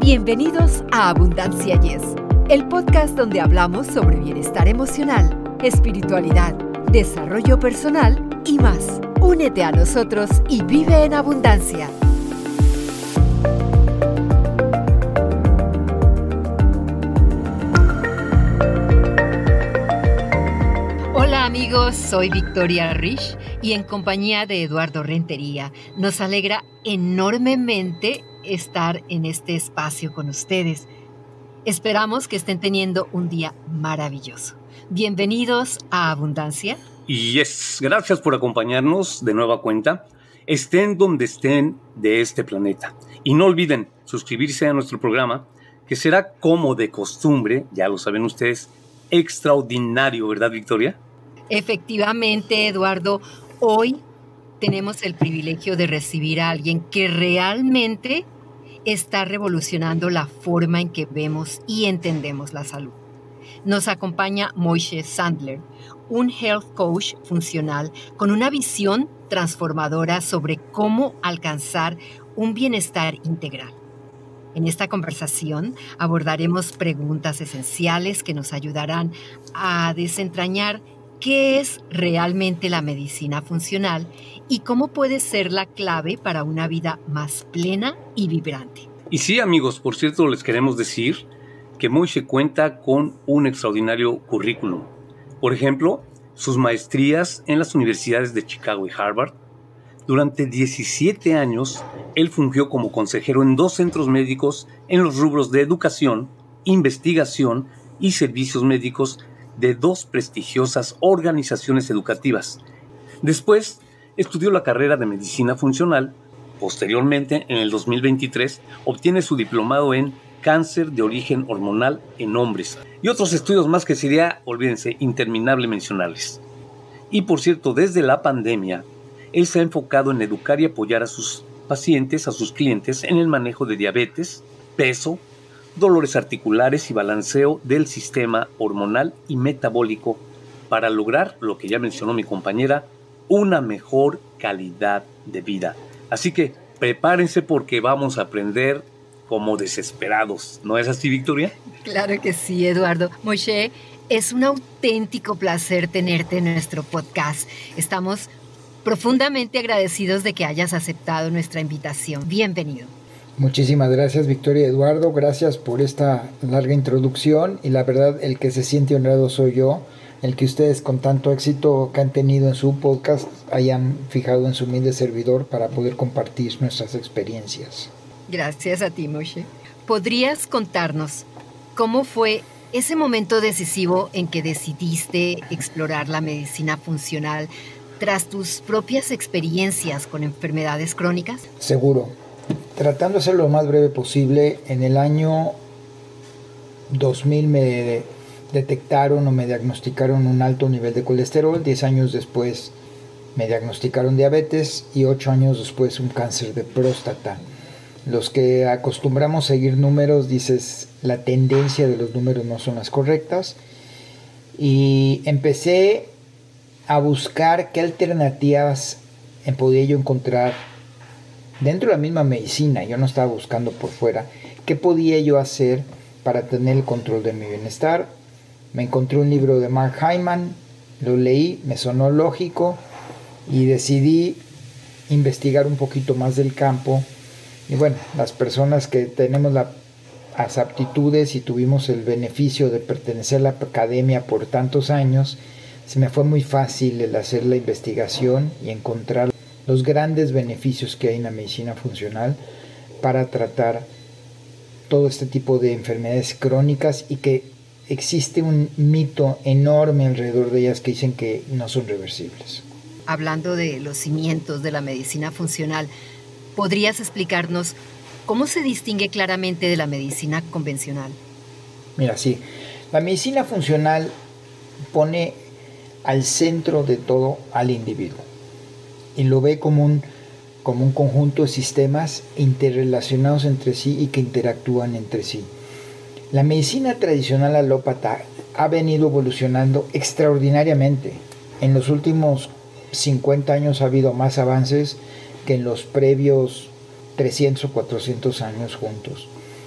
Bienvenidos a Abundancia Yes, el podcast donde hablamos sobre bienestar emocional, espiritualidad, desarrollo personal y más. Únete a nosotros y vive en abundancia. Hola amigos, soy Victoria Rich y en compañía de Eduardo Rentería nos alegra enormemente estar en este espacio con ustedes. Esperamos que estén teniendo un día maravilloso. Bienvenidos a Abundancia. Yes, gracias por acompañarnos de nueva cuenta, estén donde estén de este planeta. Y no olviden suscribirse a nuestro programa, que será como de costumbre, ya lo saben ustedes, extraordinario, ¿verdad, Victoria? Efectivamente, Eduardo, hoy tenemos el privilegio de recibir a alguien que realmente está revolucionando la forma en que vemos y entendemos la salud. Nos acompaña Moshe Sandler, un health coach funcional con una visión transformadora sobre cómo alcanzar un bienestar integral. En esta conversación abordaremos preguntas esenciales que nos ayudarán a desentrañar qué es realmente la medicina funcional y cómo puede ser la clave para una vida más plena y vibrante. Y sí, amigos, por cierto, les queremos decir que Moshe cuenta con un extraordinario currículum. Por ejemplo, sus maestrías en las universidades de Chicago y Harvard. Durante 17 años, él fungió como consejero en 2 centros médicos en los rubros de educación, investigación y servicios médicos de 2 prestigiosas organizaciones educativas. Después, estudió la carrera de medicina funcional. Posteriormente, en el 2023, obtiene su diplomado en cáncer de origen hormonal en hombres y otros estudios más que sería, olvídense, interminable mencionarles. Y por cierto, desde la pandemia, él se ha enfocado en educar y apoyar a sus pacientes, a sus clientes, en el manejo de diabetes, peso, dolores articulares y balanceo del sistema hormonal y metabólico para lograr, lo que ya mencionó mi compañera, una mejor calidad de vida. Así que prepárense porque vamos a aprender como desesperados. ¿No es así, Victoria? Claro que sí, Eduardo. Moshe, es un auténtico placer tenerte en nuestro podcast. Estamos profundamente agradecidos de que hayas aceptado nuestra invitación. Bienvenido. Muchísimas gracias, Victoria y Eduardo. Gracias por esta larga introducción y la verdad el que se siente honrado soy yo, el que ustedes con tanto éxito que han tenido en su podcast hayan fijado en su humilde servidor para poder compartir nuestras experiencias. Gracias a ti, Moshe. ¿Podrías contarnos cómo fue ese momento decisivo en que decidiste explorar la medicina funcional tras tus propias experiencias con enfermedades crónicas? Seguro. Tratando de ser lo más breve posible, en el año 2000 me detectaron o me diagnosticaron un alto nivel de colesterol. 10 años después me diagnosticaron diabetes y 8 años después un cáncer de próstata. Los que acostumbramos a seguir números, dices, la tendencia de los números no son las correctas. Y empecé a buscar qué alternativas podía yo encontrar dentro de la misma medicina. Yo no estaba buscando por fuera qué podía yo hacer para tener el control de mi bienestar. Me encontré un libro de Mark Hyman, lo leí, me sonó lógico y decidí investigar un poquito más del campo. Y bueno, las personas que tenemos las aptitudes y tuvimos el beneficio de pertenecer a la academia por tantos años, se me fue muy fácil el hacer la investigación y encontrar los grandes beneficios que hay en la medicina funcional para tratar todo este tipo de enfermedades crónicas y que existe un mito enorme alrededor de ellas que dicen que no son reversibles. Hablando de los cimientos de la medicina funcional, ¿podrías explicarnos cómo se distingue claramente de la medicina convencional? Mira, sí, la medicina funcional pone al centro de todo al individuo y lo ve como un conjunto de sistemas interrelacionados entre sí y que interactúan entre sí. La medicina tradicional alópata ha venido evolucionando extraordinariamente. En los últimos 50 años ha habido más avances que en los previos 300 o 400 años juntos.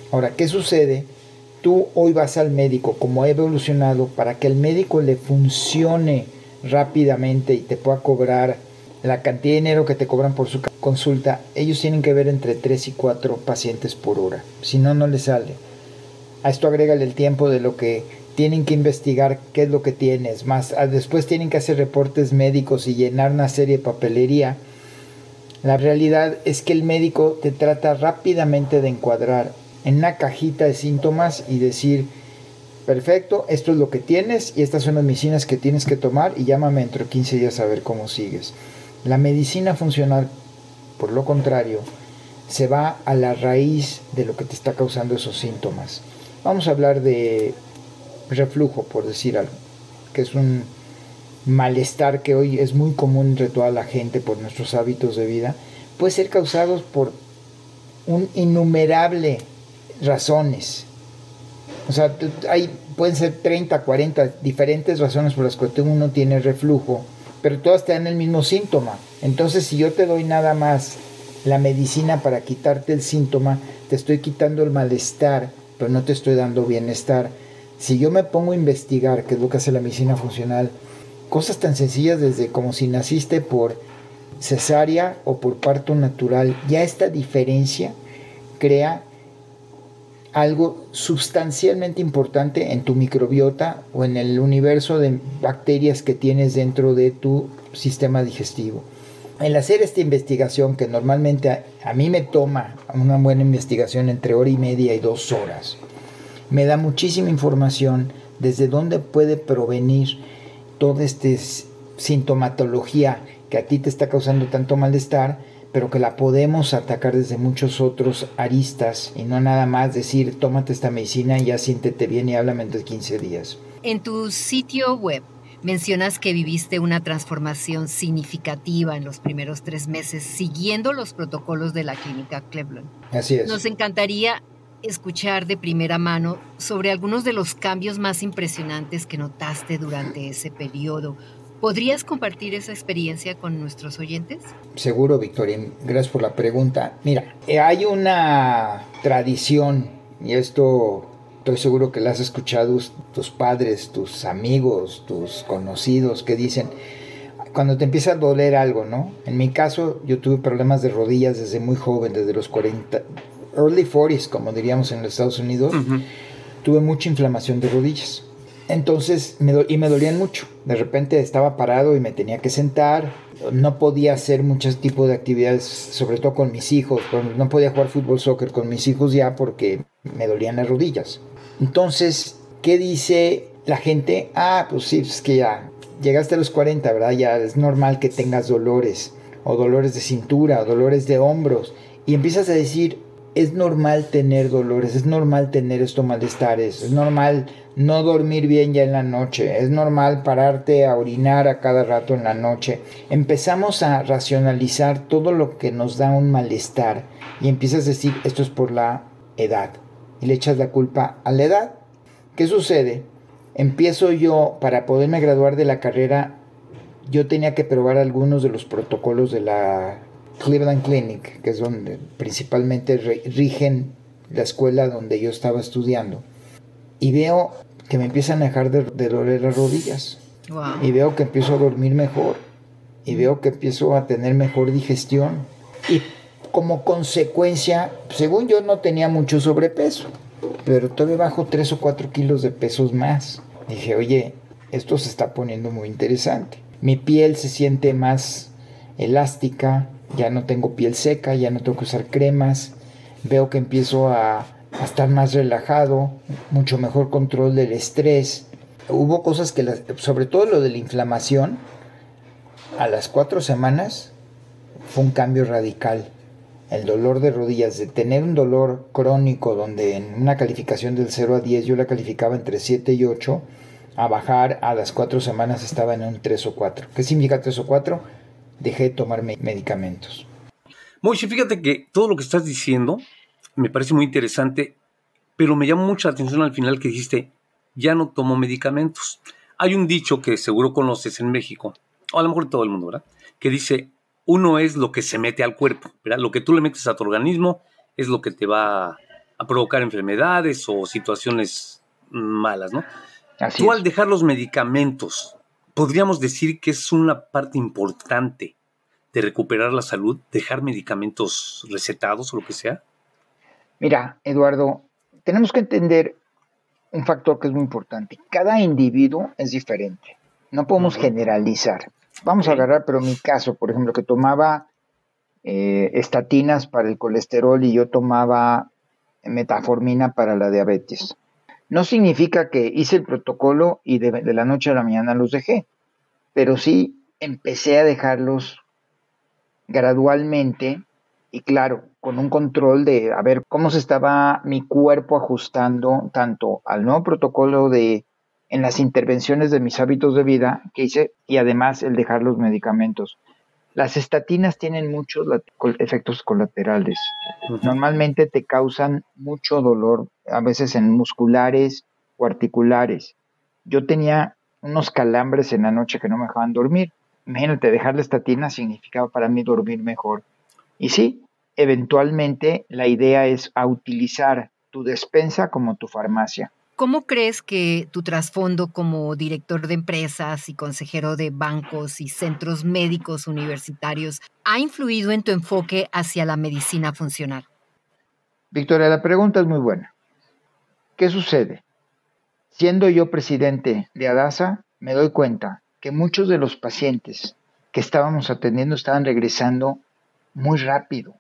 Ahora, ¿qué sucede? Tú hoy vas al médico, como ha evolucionado, para que el médico le funcione rápidamente y te pueda cobrar la cantidad de dinero que te cobran por su consulta. Ellos tienen que ver entre 3 y 4 pacientes por hora, si no, no les sale. A esto agrégale el tiempo de lo que tienen que investigar, qué es lo que tienes, más después tienen que hacer reportes médicos y llenar una serie de papelería. La realidad es que el médico te trata rápidamente de encuadrar en una cajita de síntomas y decir, perfecto, esto es lo que tienes y estas son las medicinas que tienes que tomar y llámame dentro de 15 días a ver cómo sigues. La medicina funcional, por lo contrario, se va a la raíz de lo que te está causando esos síntomas. Vamos a hablar de reflujo, por decir algo, que es un malestar que hoy es muy común entre toda la gente por nuestros hábitos de vida. Puede ser causado por un innumerable razones. O sea, pueden ser 30, 40 diferentes razones por las que uno tiene reflujo, pero todas te dan el mismo síntoma. Entonces, si yo te doy nada más la medicina para quitarte el síntoma, te estoy quitando el malestar, pero no te estoy dando bienestar. Si yo me pongo a investigar, que es lo que hace la medicina funcional, cosas tan sencillas desde como si naciste por cesárea o por parto natural, ya esta diferencia crea algo sustancialmente importante en tu microbiota o en el universo de bacterias que tienes dentro de tu sistema digestivo. El hacer esta investigación, que normalmente a mí me toma una buena investigación entre hora y media y 2 horas, me da muchísima información desde dónde puede provenir toda esta sintomatología que a ti te está causando tanto malestar, pero que la podemos atacar desde muchos otros aristas y no nada más decir, tómate esta medicina y ya siéntete bien y háblame en 15 días. En tu sitio web mencionas que viviste una transformación significativa en los primeros 3 meses siguiendo los protocolos de la clínica Cleveland. Así es. Nos encantaría escuchar de primera mano sobre algunos de los cambios más impresionantes que notaste durante ese periodo. ¿Podrías compartir esa experiencia con nuestros oyentes? Seguro, Victoria. Gracias por la pregunta. Mira, hay una tradición, y esto estoy seguro que la has escuchado tus padres, tus amigos, tus conocidos, que dicen, cuando te empieza a doler algo, ¿no? En mi caso, yo tuve problemas de rodillas desde muy joven, desde los 40, early 40s, como diríamos en los Estados Unidos. Tuve mucha inflamación de rodillas. Entonces, me dolían mucho. De repente estaba parado y me tenía que sentar. No podía hacer muchos tipos de actividades, sobre todo con mis hijos. No podía jugar fútbol, soccer con mis hijos ya porque me dolían las rodillas. Entonces, ¿qué dice la gente? Pues sí, es que ya llegaste a los 40, ¿verdad? Ya es normal que tengas dolores, o dolores de cintura, o dolores de hombros. Y empiezas a decir, es normal tener dolores, es normal tener estos malestares, es normal no dormir bien ya en la noche, es normal pararte a orinar a cada rato en la noche. Empezamos a racionalizar todo lo que nos da un malestar y empiezas a decir, esto es por la edad, y le echas la culpa a la edad. ¿Qué sucede? Empiezo yo, para poderme graduar de la carrera, yo tenía que probar algunos de los protocolos de la Cleveland Clinic, que es donde principalmente rigen la escuela donde yo estaba estudiando, y veo que me empiezan a dejar de doler las rodillas. Wow. Y veo que empiezo a dormir mejor, y veo que empiezo a tener mejor digestión, y como consecuencia, según yo no tenía mucho sobrepeso, pero todavía bajo 3 o 4 kilos de pesos más. Dije, oye, esto se está poniendo muy interesante. Mi piel se siente más elástica, ya no tengo piel seca, ya no tengo que usar cremas, veo que empiezo a estar más relajado, mucho mejor control del estrés. Hubo cosas que, sobre todo lo de la inflamación, a las 4 semanas fue un cambio radical. El dolor de rodillas, de tener un dolor crónico donde en una calificación del 0 a 10 yo la calificaba entre 7 y 8, a bajar a las 4 semanas estaba en un 3 o 4. ¿Qué significa 3 o 4? Dejé de tomar medicamentos. Moishe, fíjate que todo lo que estás diciendo me parece muy interesante, pero me llamó mucha atención al final que dijiste, ya no tomo medicamentos. Hay un dicho que seguro conoces en México, o a lo mejor en todo el mundo, ¿verdad? Que dice, uno es lo que se mete al cuerpo, ¿verdad? Lo que tú le metes a tu organismo es lo que te va a provocar enfermedades o situaciones malas, ¿no? Así Tú es. al dejar los medicamentos, podríamos decir que es una parte importante de recuperar la salud, dejar medicamentos recetados o lo que sea. Mira, Eduardo, tenemos que entender un factor que es muy importante. Cada individuo es diferente. No podemos generalizar. Vamos a agarrar, pero mi caso, por ejemplo, que tomaba estatinas para el colesterol y yo tomaba metformina para la diabetes. No significa que hice el protocolo y de la noche a la mañana los dejé, pero sí empecé a dejarlos gradualmente y claro, con un control de a ver cómo se estaba mi cuerpo ajustando tanto al nuevo protocolo de en las intervenciones de mis hábitos de vida que hice y además el dejar los medicamentos. Las estatinas tienen muchos efectos colaterales. Normalmente te causan mucho dolor, a veces en musculares o articulares. Yo tenía unos calambres en la noche que no me dejaban dormir. Imagínate, dejar la estatina significaba para mí dormir mejor. Y sí, eventualmente la idea es a utilizar tu despensa como tu farmacia. ¿Cómo crees que tu trasfondo como director de empresas y consejero de bancos y centros médicos universitarios ha influido en tu enfoque hacia la medicina funcional? Victoria, la pregunta es muy buena. ¿Qué sucede? Siendo yo presidente de ADASA, me doy cuenta que muchos de los pacientes que estábamos atendiendo estaban regresando muy rápido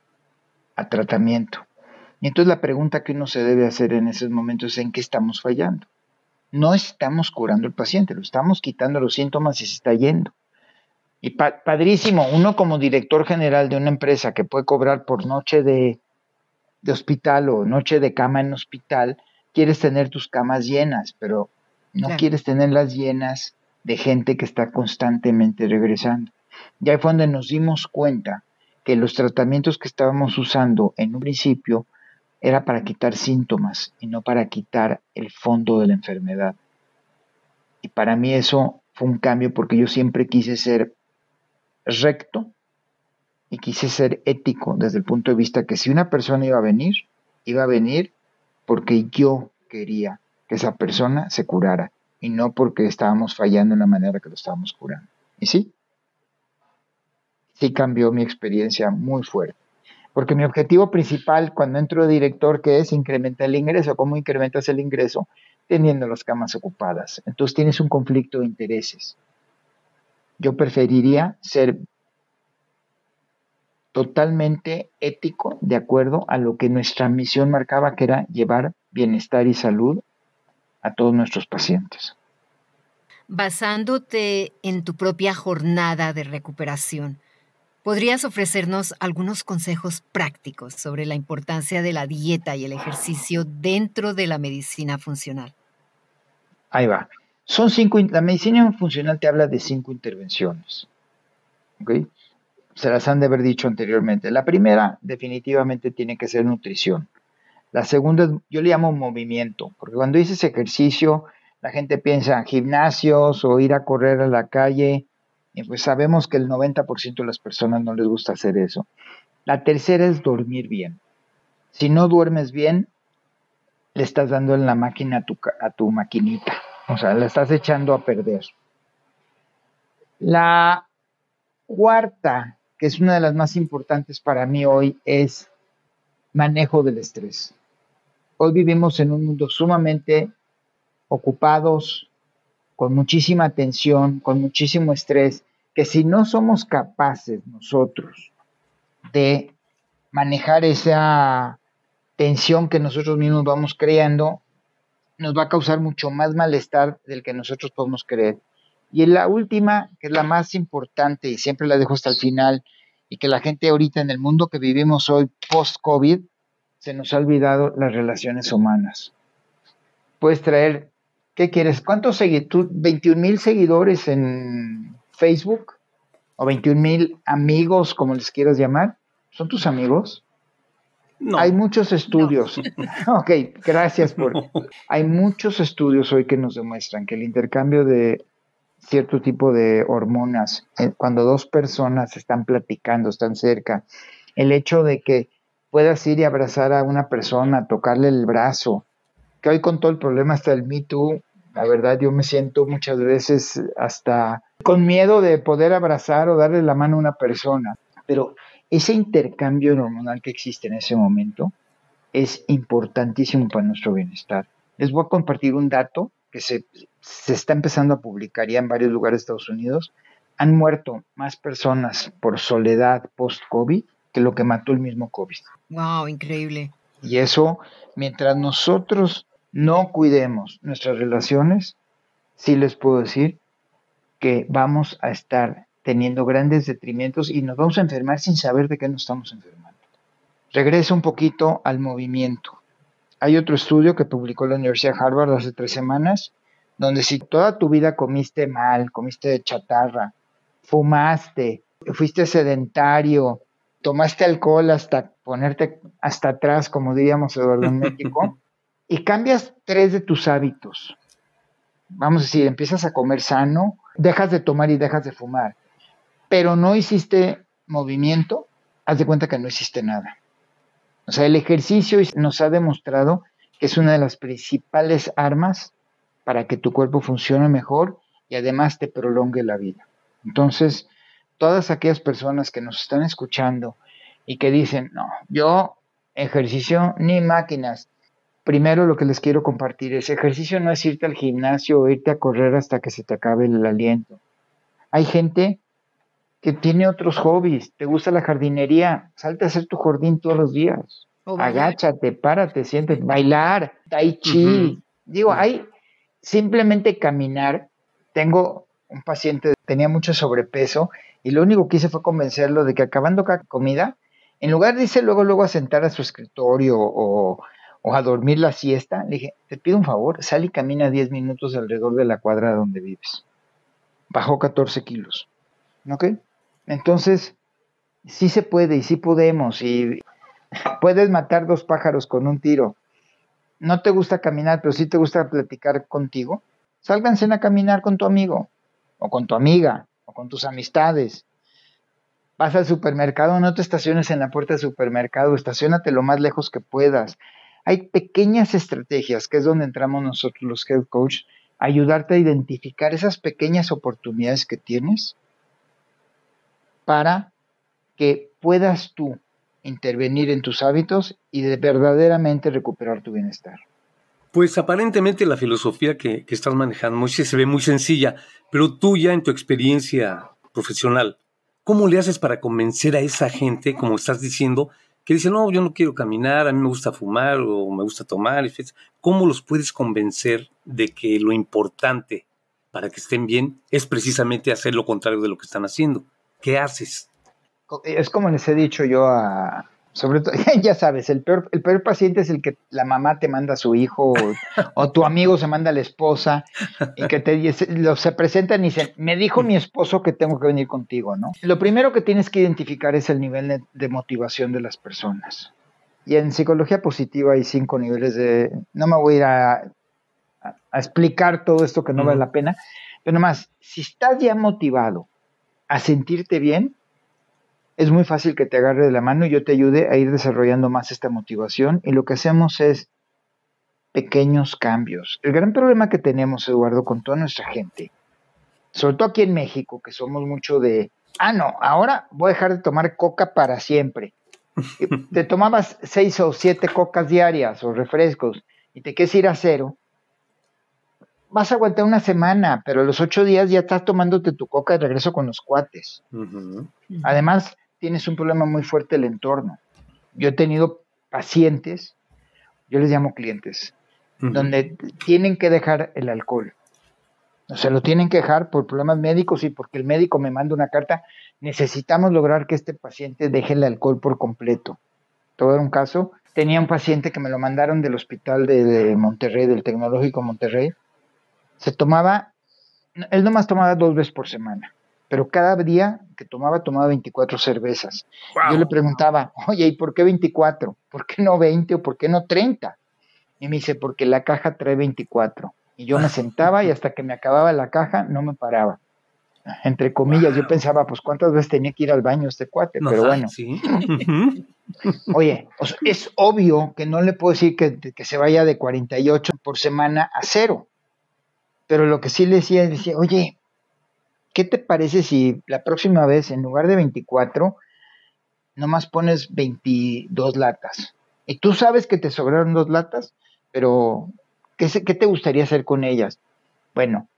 a tratamiento. Y entonces la pregunta que uno se debe hacer en esos momentos es en qué estamos fallando. No estamos curando al paciente, lo estamos quitando los síntomas y se está yendo. Y padrísimo, uno como director general de una empresa que puede cobrar por noche de hospital o noche de cama en hospital, quieres tener tus camas llenas, pero no Claro. quieres tenerlas llenas de gente que está constantemente regresando. Y ahí fue donde nos dimos cuenta que los tratamientos que estábamos usando en un principio era para quitar síntomas y no para quitar el fondo de la enfermedad. Y para mí eso fue un cambio porque yo siempre quise ser recto y quise ser ético desde el punto de vista que si una persona iba a venir porque yo quería que esa persona se curara y no porque estábamos fallando en la manera que lo estábamos curando. Y sí cambió mi experiencia muy fuerte. Porque mi objetivo principal cuando entro de director, que es incrementar el ingreso. ¿Cómo incrementas el ingreso? Teniendo las camas ocupadas. Entonces tienes un conflicto de intereses. Yo preferiría ser totalmente ético de acuerdo a lo que nuestra misión marcaba, que era llevar bienestar y salud a todos nuestros pacientes. Basándote en tu propia jornada de recuperación, ¿podrías ofrecernos algunos consejos prácticos sobre la importancia de la dieta y el ejercicio dentro de la medicina funcional? Ahí va. La medicina funcional te habla de 5 intervenciones. ¿Ok? Se las han de haber dicho anteriormente. La primera definitivamente tiene que ser nutrición. La segunda, yo le llamo movimiento, porque cuando dices ejercicio, la gente piensa en gimnasios o ir a correr a la calle, y pues sabemos que el 90% de las personas no les gusta hacer eso. La tercera es dormir bien. Si no duermes bien, le estás dando en la máquina a tu maquinita, o sea, la estás echando a perder. La cuarta, que es una de las más importantes para mí hoy, es manejo del estrés. Hoy vivimos en un mundo sumamente ocupados, con muchísima tensión, con muchísimo estrés, que si no somos capaces nosotros de manejar esa tensión que nosotros mismos vamos creando, nos va a causar mucho más malestar del que nosotros podemos creer. Y en la última, que es la más importante y siempre la dejo hasta el final, y que la gente ahorita en el mundo que vivimos hoy post-COVID, se nos ha olvidado las relaciones humanas. Puedes traer, ¿qué quieres? ¿Cuántos seguidores? 21,000 seguidores en Facebook o 21,000 amigos, como les quieras llamar. ¿Son tus amigos? No. Hay muchos estudios. Ok, gracias por... Hay muchos estudios hoy que nos demuestran que el intercambio de cierto tipo de hormonas, cuando dos personas están platicando, están cerca, el hecho de que puedas ir y abrazar a una persona, tocarle el brazo, que hoy con todo el problema hasta el Me Too, la verdad yo me siento muchas veces hasta con miedo de poder abrazar o darle la mano a una persona, pero ese intercambio hormonal que existe en ese momento es importantísimo para nuestro bienestar. Les voy a compartir un dato que se está empezando a publicar ya en varios lugares de Estados Unidos. Han muerto más personas por soledad post-COVID que lo que mató el mismo COVID. Wow, increíble. Y eso, mientras nosotros no cuidemos nuestras relaciones, sí les puedo decir que vamos a estar teniendo grandes detrimentos y nos vamos a enfermar sin saber de qué nos estamos enfermando. Regreso un poquito al movimiento. Hay otro estudio que publicó la Universidad de Harvard hace 3 semanas, donde si toda tu vida comiste mal, comiste de chatarra, fumaste, fuiste sedentario, tomaste alcohol hasta ponerte hasta atrás, como diríamos Eduardo en México, y cambias 3 de tus hábitos. Vamos a decir, empiezas a comer sano, dejas de tomar y dejas de fumar, pero no hiciste movimiento, haz de cuenta que no hiciste nada. O sea, el ejercicio nos ha demostrado que es una de las principales armas para que tu cuerpo funcione mejor y además te prolongue la vida. Entonces, todas aquellas personas que nos están escuchando y que dicen, no, yo ejercicio ni máquinas. Primero lo que les quiero compartir es, ejercicio no es irte al gimnasio o irte a correr hasta que se te acabe el aliento. Hay gente que tiene otros hobbies, te gusta la jardinería, salte a hacer tu jardín todos los días, agáchate, párate, siéntate, bailar, tai chi, digo, hay simplemente caminar. Tengo un paciente, tenía mucho sobrepeso y lo único que hice fue convencerlo de que acabando cada comida, en lugar de irse luego a sentar a su escritorio o a dormir la siesta, le dije, te pido un favor, sal y camina 10 minutos alrededor de la cuadra donde vives. Bajó 14 kilos, ¿ok? Entonces, sí se puede y sí podemos y puedes matar 2 pájaros con un tiro. No te gusta caminar, pero sí te gusta platicar contigo. Sálganse a caminar con tu amigo o con tu amiga o con tus amistades. Vas al supermercado, no te estaciones en la puerta del supermercado, estaciónate lo más lejos que puedas. Hay pequeñas estrategias, que es donde entramos nosotros los health coach, a ayudarte a identificar esas pequeñas oportunidades que tienes para que puedas tú intervenir en tus hábitos y de verdaderamente recuperar tu bienestar. Pues aparentemente la filosofía que estás manejando, Moisés, se ve muy sencilla, pero tú ya en tu experiencia profesional, ¿cómo le haces para convencer a esa gente, como estás diciendo, que dice, no, yo no quiero caminar, a mí me gusta fumar o me gusta tomar? ¿Cómo los puedes convencer de que lo importante para que estén bien es precisamente hacer lo contrario de lo que están haciendo? ¿Qué haces? Es como les he dicho yo sobre todo, ya sabes, el peor paciente es el que la mamá te manda a su hijo o tu amigo se manda a la esposa y que se presentan y dicen, me dijo mi esposo que tengo que venir contigo, ¿no? Lo primero que tienes que identificar es el nivel de motivación de las personas. Y en psicología positiva hay 5 niveles no me voy a ir a explicar todo esto que no vale la pena, pero nomás, si estás ya motivado a sentirte bien, es muy fácil que te agarre de la mano y yo te ayude a ir desarrollando más esta motivación. Y lo que hacemos es pequeños cambios. El gran problema que tenemos, Eduardo, con toda nuestra gente, sobre todo aquí en México, que somos mucho de, no, ahora voy a dejar de tomar coca para siempre. Te tomabas 6 o 7 cocas diarias o refrescos y te quieres ir a 0. Vas a aguantar una semana, pero a los 8 días ya estás tomándote tu coca de regreso con los cuates. Además, tienes un problema muy fuerte el entorno. Yo he tenido pacientes, yo les llamo clientes, donde tienen que dejar el alcohol. O sea, lo tienen que dejar por problemas médicos y porque el médico me manda una carta. Necesitamos lograr que este paciente deje el alcohol por completo. Te voy a dar un caso. Tenía un paciente que me lo mandaron del hospital de Monterrey, del Tecnológico Monterrey. Él nomás tomaba 2 veces por semana. Pero cada día que tomaba 24 cervezas. Wow. Yo le preguntaba, oye, ¿y por qué 24? ¿Por qué no 20 o por qué no 30? Y me dice, porque la caja trae 24. Y yo me sentaba y hasta que me acababa la caja no me paraba. entre comillas. Wow. Yo pensaba, pues, ¿cuántas veces tenía que ir al baño este cuate? Pero Ajá, bueno. sí. Uh-huh. Oye, es obvio que no le puedo decir que se vaya de 48 por semana a 0. Pero lo que sí le decía, oye, ¿qué te parece si la próxima vez, en lugar de 24, nomás pones 22 latas? Y tú sabes que te sobraron 2 latas, pero ¿qué te gustaría hacer con ellas? Bueno,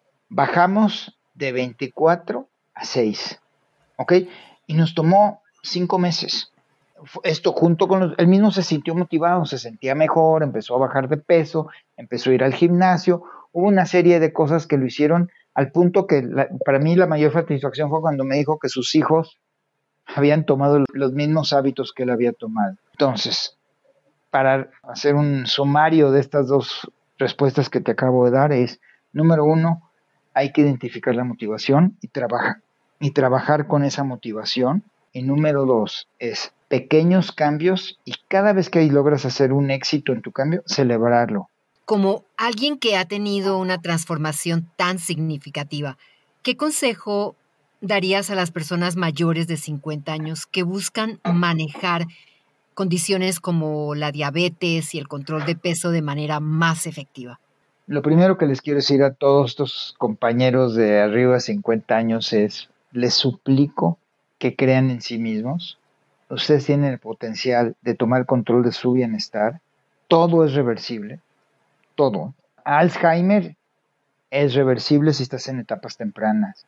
bajamos de 24 a 6, ¿ok? Y nos tomó 5 meses. Esto junto con él mismo se sintió motivado, se sentía mejor, empezó a bajar de peso, empezó a ir al gimnasio, hubo una serie de cosas que lo hicieron al punto que para mí la mayor satisfacción fue cuando me dijo que sus hijos habían tomado los mismos hábitos que él había tomado. Entonces, para hacer un sumario de estas dos respuestas que te acabo de dar es, número 1, hay que identificar la motivación y trabajar con esa motivación. Y número 2 es pequeños cambios y cada vez que logras hacer un éxito en tu cambio, celebrarlo. Como alguien que ha tenido una transformación tan significativa, ¿qué consejo darías a las personas mayores de 50 años que buscan manejar condiciones como la diabetes y el control de peso de manera más efectiva? Lo primero que les quiero decir a todos estos compañeros de arriba de 50 años es, les suplico que crean en sí mismos. Ustedes tienen el potencial de tomar control de su bienestar. Todo es reversible, todo. Alzheimer es reversible si estás en etapas tempranas.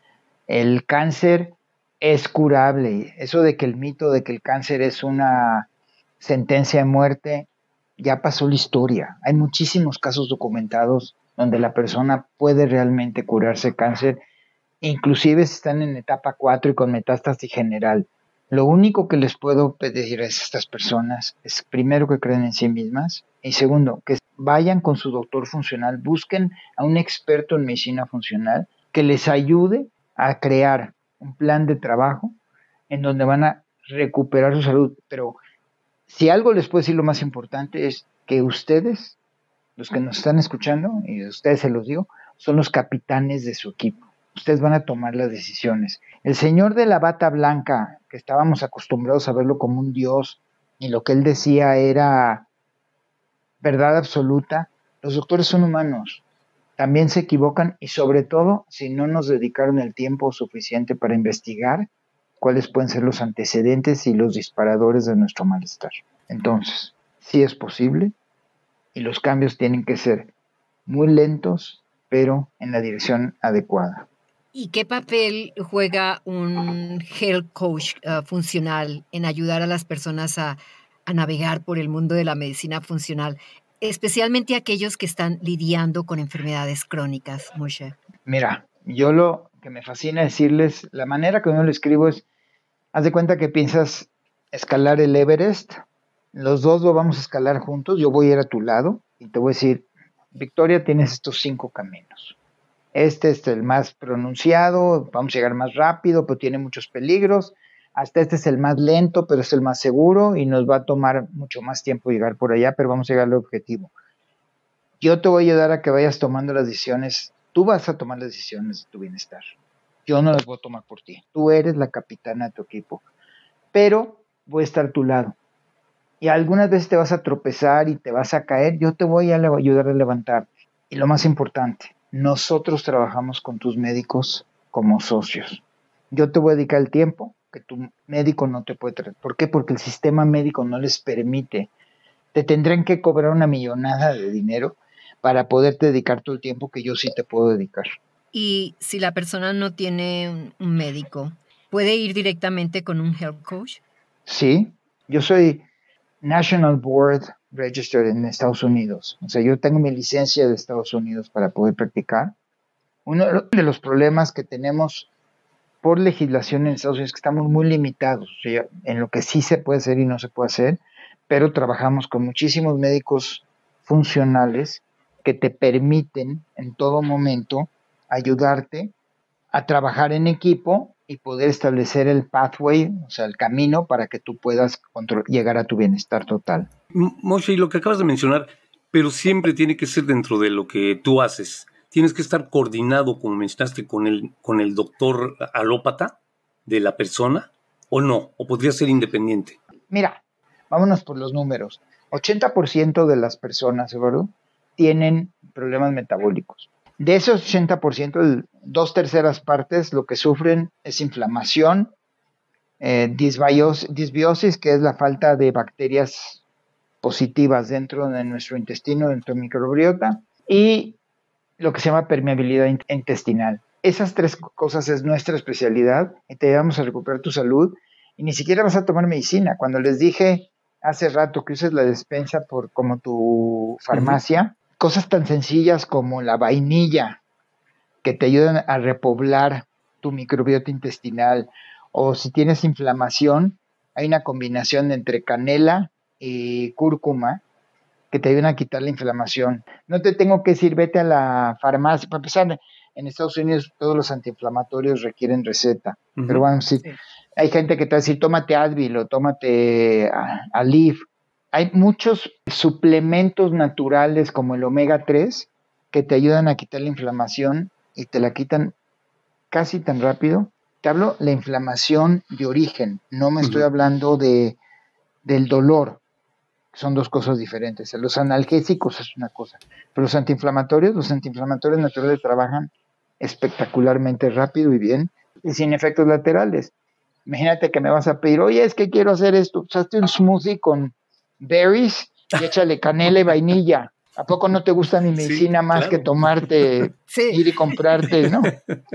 El cáncer es curable. Eso de que el mito de que el cáncer es una sentencia de muerte, ya pasó la historia. Hay muchísimos casos documentados donde la persona puede realmente curarse cáncer, inclusive si están en etapa 4 y con metástasis general. Lo único que les puedo pedir a estas personas es, primero, que crean en sí mismas, y segundo, que vayan con su doctor funcional, busquen a un experto en medicina funcional que les ayude a crear un plan de trabajo en donde van a recuperar su salud. Pero si algo les puedo decir, lo más importante es que ustedes, los que nos están escuchando, y a ustedes se los digo, son los capitanes de su equipo. Ustedes van a tomar las decisiones. El señor de la bata blanca, que estábamos acostumbrados a verlo como un dios, y lo que él decía era verdad absoluta, los doctores son humanos, también se equivocan, y sobre todo si no nos dedicaron el tiempo suficiente para investigar cuáles pueden ser los antecedentes y los disparadores de nuestro malestar. Entonces, sí es posible, y los cambios tienen que ser muy lentos, pero en la dirección adecuada. ¿Y qué papel juega un health coach funcional en ayudar a las personas a navegar por el mundo de la medicina funcional, especialmente aquellos que están lidiando con enfermedades crónicas, Moshe? Mira, yo lo que me fascina decirles, la manera que yo lo escribo es, haz de cuenta que piensas escalar el Everest, los dos lo vamos a escalar juntos, yo voy a ir a tu lado y te voy a decir, Victoria, tienes estos 5 caminos. Este es el más pronunciado, vamos a llegar más rápido, pero tiene muchos peligros. Hasta este es el más lento, pero es el más seguro y nos va a tomar mucho más tiempo llegar por allá, pero vamos a llegar al objetivo. Yo te voy a ayudar a que vayas tomando las decisiones. Tú vas a tomar las decisiones de tu bienestar. Yo no las voy a tomar por ti. Tú eres la capitana de tu equipo. Pero voy a estar a tu lado. Y algunas veces te vas a tropezar y te vas a caer. Yo te voy a ayudar a levantarte. Y lo más importante, nosotros trabajamos con tus médicos como socios. Yo te voy a dedicar el tiempo que tu médico no te puede traer. ¿Por qué? Porque el sistema médico no les permite. Te tendrán que cobrar una millonada de dinero para poderte dedicar todo el tiempo que yo sí te puedo dedicar. Y si la persona no tiene un médico, ¿puede ir directamente con un health coach? Sí, yo soy National Board Registered en Estados Unidos. O sea, yo tengo mi licencia de Estados Unidos para poder practicar. Uno de los problemas que tenemos por legislación en Estados Unidos es que estamos muy limitados, o sea, en lo que sí se puede hacer y no se puede hacer, pero trabajamos con muchísimos médicos funcionales que te permiten en todo momento ayudarte a trabajar en equipo y poder establecer el pathway, o sea, el camino para que tú puedas llegar a tu bienestar total. Moshe, y lo que acabas de mencionar, pero siempre tiene que ser dentro de lo que tú haces. tienes que estar coordinado, como mencionaste, con el doctor alópata de la persona, o no, o podría ser independiente. Mira, vámonos por los números. 80% de las personas, Eduardo, tienen problemas metabólicos. De esos 80%, 2/3 partes lo que sufren es inflamación, disbiosis, que es la falta de bacterias positivas dentro de nuestro intestino, dentro de microbiota, y lo que se llama permeabilidad intestinal. Esas 3 cosas es nuestra especialidad y te ayudamos a recuperar tu salud y ni siquiera vas a tomar medicina. Cuando les dije hace rato que uses la despensa como tu farmacia, cosas tan sencillas como la vainilla que te ayudan a repoblar tu microbiota intestinal, o si tienes inflamación, hay una combinación entre canela y cúrcuma que te ayudan a quitar la inflamación. No te tengo que decir, vete a la farmacia. Para empezar, en Estados Unidos todos los antiinflamatorios requieren receta. Pero bueno, sí, hay gente que te va a decir, tómate Advil o tómate Aleve. Hay muchos suplementos naturales como el omega 3 que te ayudan a quitar la inflamación y te la quitan casi tan rápido. Te hablo la inflamación de origen, no me estoy hablando del dolor. Son 2 cosas diferentes. Los analgésicos es una cosa, pero los antiinflamatorios naturales trabajan espectacularmente rápido y bien y sin efectos laterales. Imagínate que me vas a pedir, oye, es que quiero hacer esto, hazte un smoothie con berries y échale canela y vainilla. ¿A poco no te gusta mi medicina más que tomarte, ir y comprarte, no?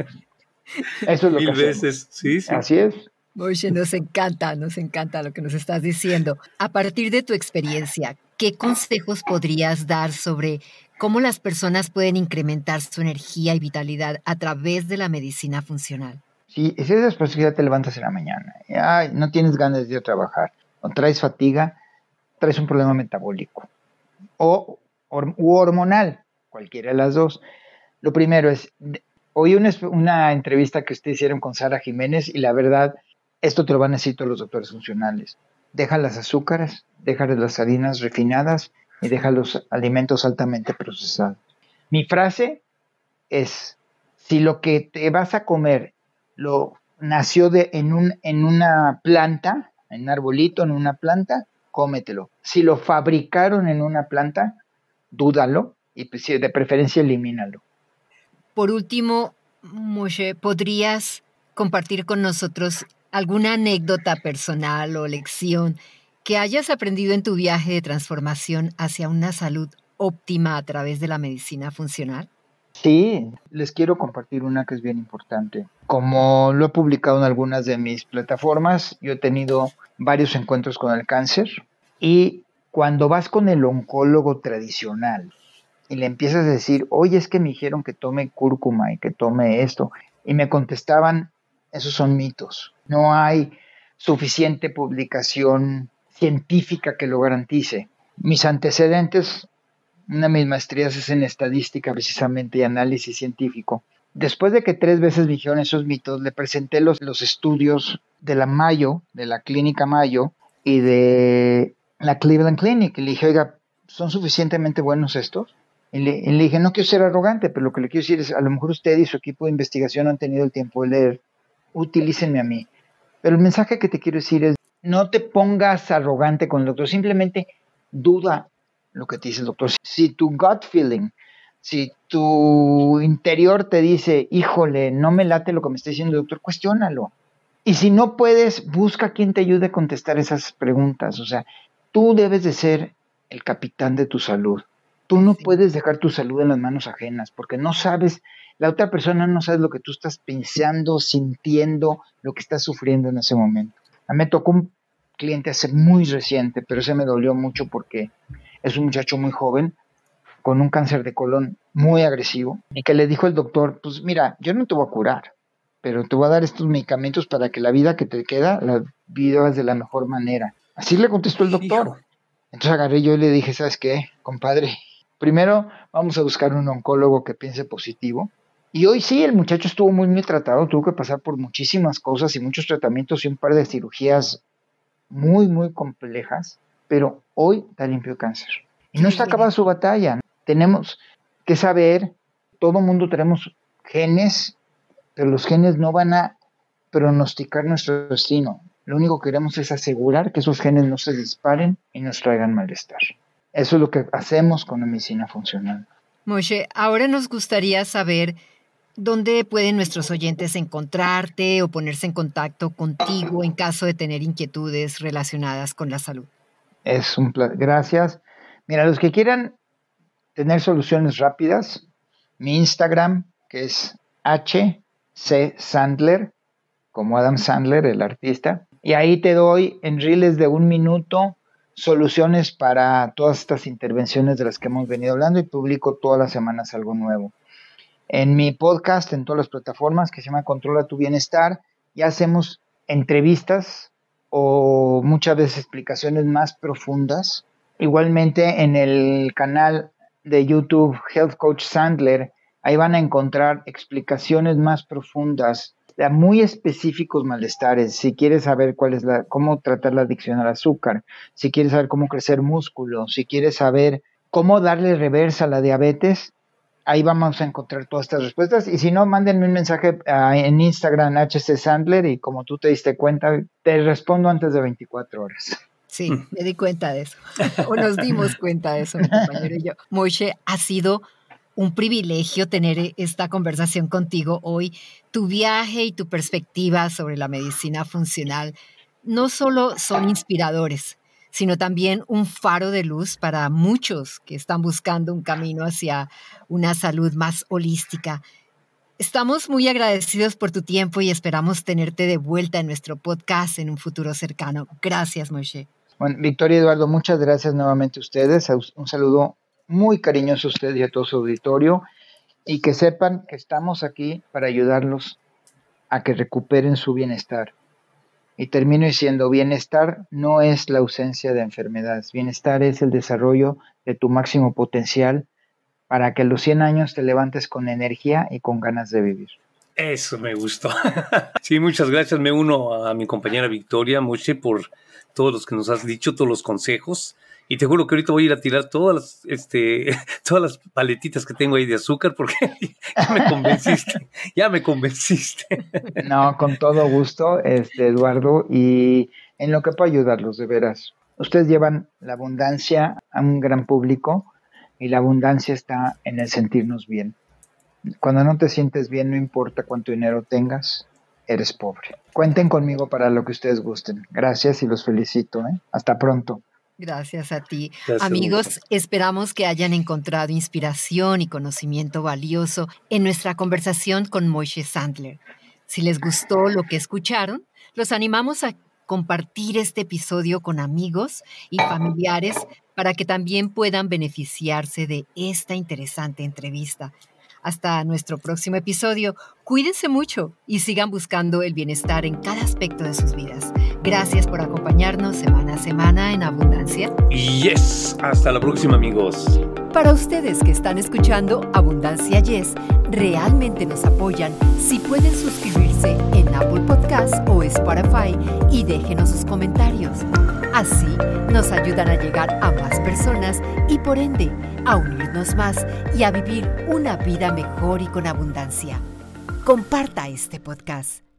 Eso es lo que hacemos. 1000 veces, sí. Así es. Moshe, nos encanta lo que nos estás diciendo. A partir de tu experiencia, ¿qué consejos podrías dar sobre cómo las personas pueden incrementar su energía y vitalidad a través de la medicina funcional? Si es después que ya te levantas en la mañana, no tienes ganas de ir a trabajar, o traes fatiga, traes un problema metabólico u hormonal, cualquiera de las dos. Lo primero es, oí una entrevista que ustedes hicieron con Sara Jiménez y la verdad, esto te lo van a decir todos los doctores funcionales. Deja las azúcares, deja las harinas refinadas y deja los alimentos altamente procesados. Mi frase es, si lo que te vas a comer lo nació en una planta, en un arbolito, en una planta, cómetelo. Si lo fabricaron en una planta, dúdalo y de preferencia elimínalo. Por último, Moshe, ¿podrías compartir con nosotros alguna anécdota personal o lección que hayas aprendido en tu viaje de transformación hacia una salud óptima a través de la medicina funcional? Sí, les quiero compartir una que es bien importante. Como lo he publicado en algunas de mis plataformas, yo he tenido varios encuentros con el cáncer y cuando vas con el oncólogo tradicional y le empiezas a decir, oye, es que me dijeron que tome cúrcuma y que tome esto, y me contestaban, esos son mitos. No hay suficiente publicación científica que lo garantice. Mis antecedentes, una de mis maestrías es en estadística precisamente y análisis científico. Después de que 3 veces me dijeron esos mitos, le presenté los estudios de la Mayo, de la clínica Mayo y de la Cleveland Clinic. Y le dije, oiga, ¿son suficientemente buenos estos? Y le dije, no quiero ser arrogante, pero lo que le quiero decir es, a lo mejor usted y su equipo de investigación han tenido el tiempo de leer, utilícenme a mí. Pero el mensaje que te quiero decir es, no te pongas arrogante con el doctor, simplemente duda lo que te dice el doctor. Si tu gut feeling, si tu interior te dice, híjole, no me late lo que me está diciendo el doctor, cuestiónalo. Y si no puedes, busca quien te ayude a contestar esas preguntas. O sea, tú debes de ser el capitán de tu salud. Tú no puedes dejar tu salud en las manos ajenas porque no sabes, la otra persona no sabe lo que tú estás pensando, sintiendo, lo que estás sufriendo en ese momento. A mí me tocó un cliente hace muy reciente, pero ese me dolió mucho porque es un muchacho muy joven con un cáncer de colon muy agresivo y que le dijo el doctor, pues mira, yo no te voy a curar, pero te voy a dar estos medicamentos para que la vida que te queda la vivas de la mejor manera. Así le contestó el doctor. Hijo. Entonces agarré yo y le dije, ¿sabes qué, compadre? Primero vamos a buscar un oncólogo que piense positivo. Y hoy sí, el muchacho estuvo muy tratado, tuvo que pasar por muchísimas cosas y muchos tratamientos y un par de cirugías muy, muy complejas, pero hoy está limpio de cáncer. Y no está acabada su batalla. Tenemos que saber todo mundo tenemos genes, pero los genes no van a pronosticar nuestro destino. Lo único que queremos es asegurar que esos genes no se disparen y nos traigan malestar. Eso es lo que hacemos con la medicina funcional. Moshe, ahora nos gustaría saber dónde pueden nuestros oyentes encontrarte o ponerse en contacto contigo en caso de tener inquietudes relacionadas con la salud. Es un placer. Gracias. Mira, los que quieran tener soluciones rápidas, mi Instagram, que es HC_Sandler, como Adam Sandler, el artista, y ahí te doy en reels de 1 minuto soluciones para todas estas intervenciones de las que hemos venido hablando y publico todas las semanas algo nuevo. En mi podcast, en todas las plataformas, que se llama Controla tu Bienestar, ya hacemos entrevistas o muchas veces explicaciones más profundas. Igualmente en el canal de YouTube Health Coach Sandler, ahí van a encontrar explicaciones más profundas de muy específicos malestares. Si quieres saber cómo tratar la adicción al azúcar, si quieres saber cómo crecer músculo, si quieres saber cómo darle reversa a la diabetes, ahí vamos a encontrar todas estas respuestas. Y si no, mándenme un mensaje en Instagram HC Sandler y como tú te diste cuenta, te respondo antes de 24 horas. Sí, me di cuenta de eso. O nos dimos cuenta de eso, mi compañero y yo. Moshe, ha sido un privilegio tener esta conversación contigo hoy. Tu viaje y tu perspectiva sobre la medicina funcional no solo son inspiradores, sino también un faro de luz para muchos que están buscando un camino hacia una salud más holística. Estamos muy agradecidos por tu tiempo y esperamos tenerte de vuelta en nuestro podcast en un futuro cercano. Gracias, Moshe. Bueno, Victoria y Eduardo, muchas gracias nuevamente a ustedes. Un saludo muy cariñoso a ustedes y a todo su auditorio. Y que sepan que estamos aquí para ayudarlos a que recuperen su bienestar. Y termino diciendo, bienestar no es la ausencia de enfermedades. Bienestar es el desarrollo de tu máximo potencial para que a los 100 años te levantes con energía y con ganas de vivir. Eso me gustó. Sí, muchas gracias. Me uno a mi compañera Victoria, Moshe, por todos los que nos has dicho, todos los consejos. Y te juro que ahorita voy a ir a tirar todas las paletitas que tengo ahí de azúcar porque ya me convenciste. No, con todo gusto, Eduardo, y en lo que puedo ayudarlos, de veras. Ustedes llevan la abundancia a un gran público y la abundancia está en el sentirnos bien. Cuando no te sientes bien, no importa cuánto dinero tengas, eres pobre. Cuenten conmigo para lo que ustedes gusten. Gracias y los felicito. Hasta pronto. Gracias a ti. Gracias. Amigos, esperamos que hayan encontrado inspiración y conocimiento valioso en nuestra conversación con Moshe Sandler. Si les gustó lo que escucharon, los animamos a compartir este episodio con amigos y familiares para que también puedan beneficiarse de esta interesante entrevista. Hasta nuestro próximo episodio. Cuídense mucho y sigan buscando el bienestar en cada aspecto de sus vidas. Gracias por acompañarnos semana a semana en Abundancia. Yes, hasta la próxima, amigos. Para ustedes que están escuchando Abundancia Yes, realmente nos apoyan si pueden suscribirse en Apple Podcasts o Spotify y déjenos sus comentarios. Así nos ayudan a llegar a más personas y por ende a unirnos más y a vivir una vida mejor y con abundancia. Comparta este podcast.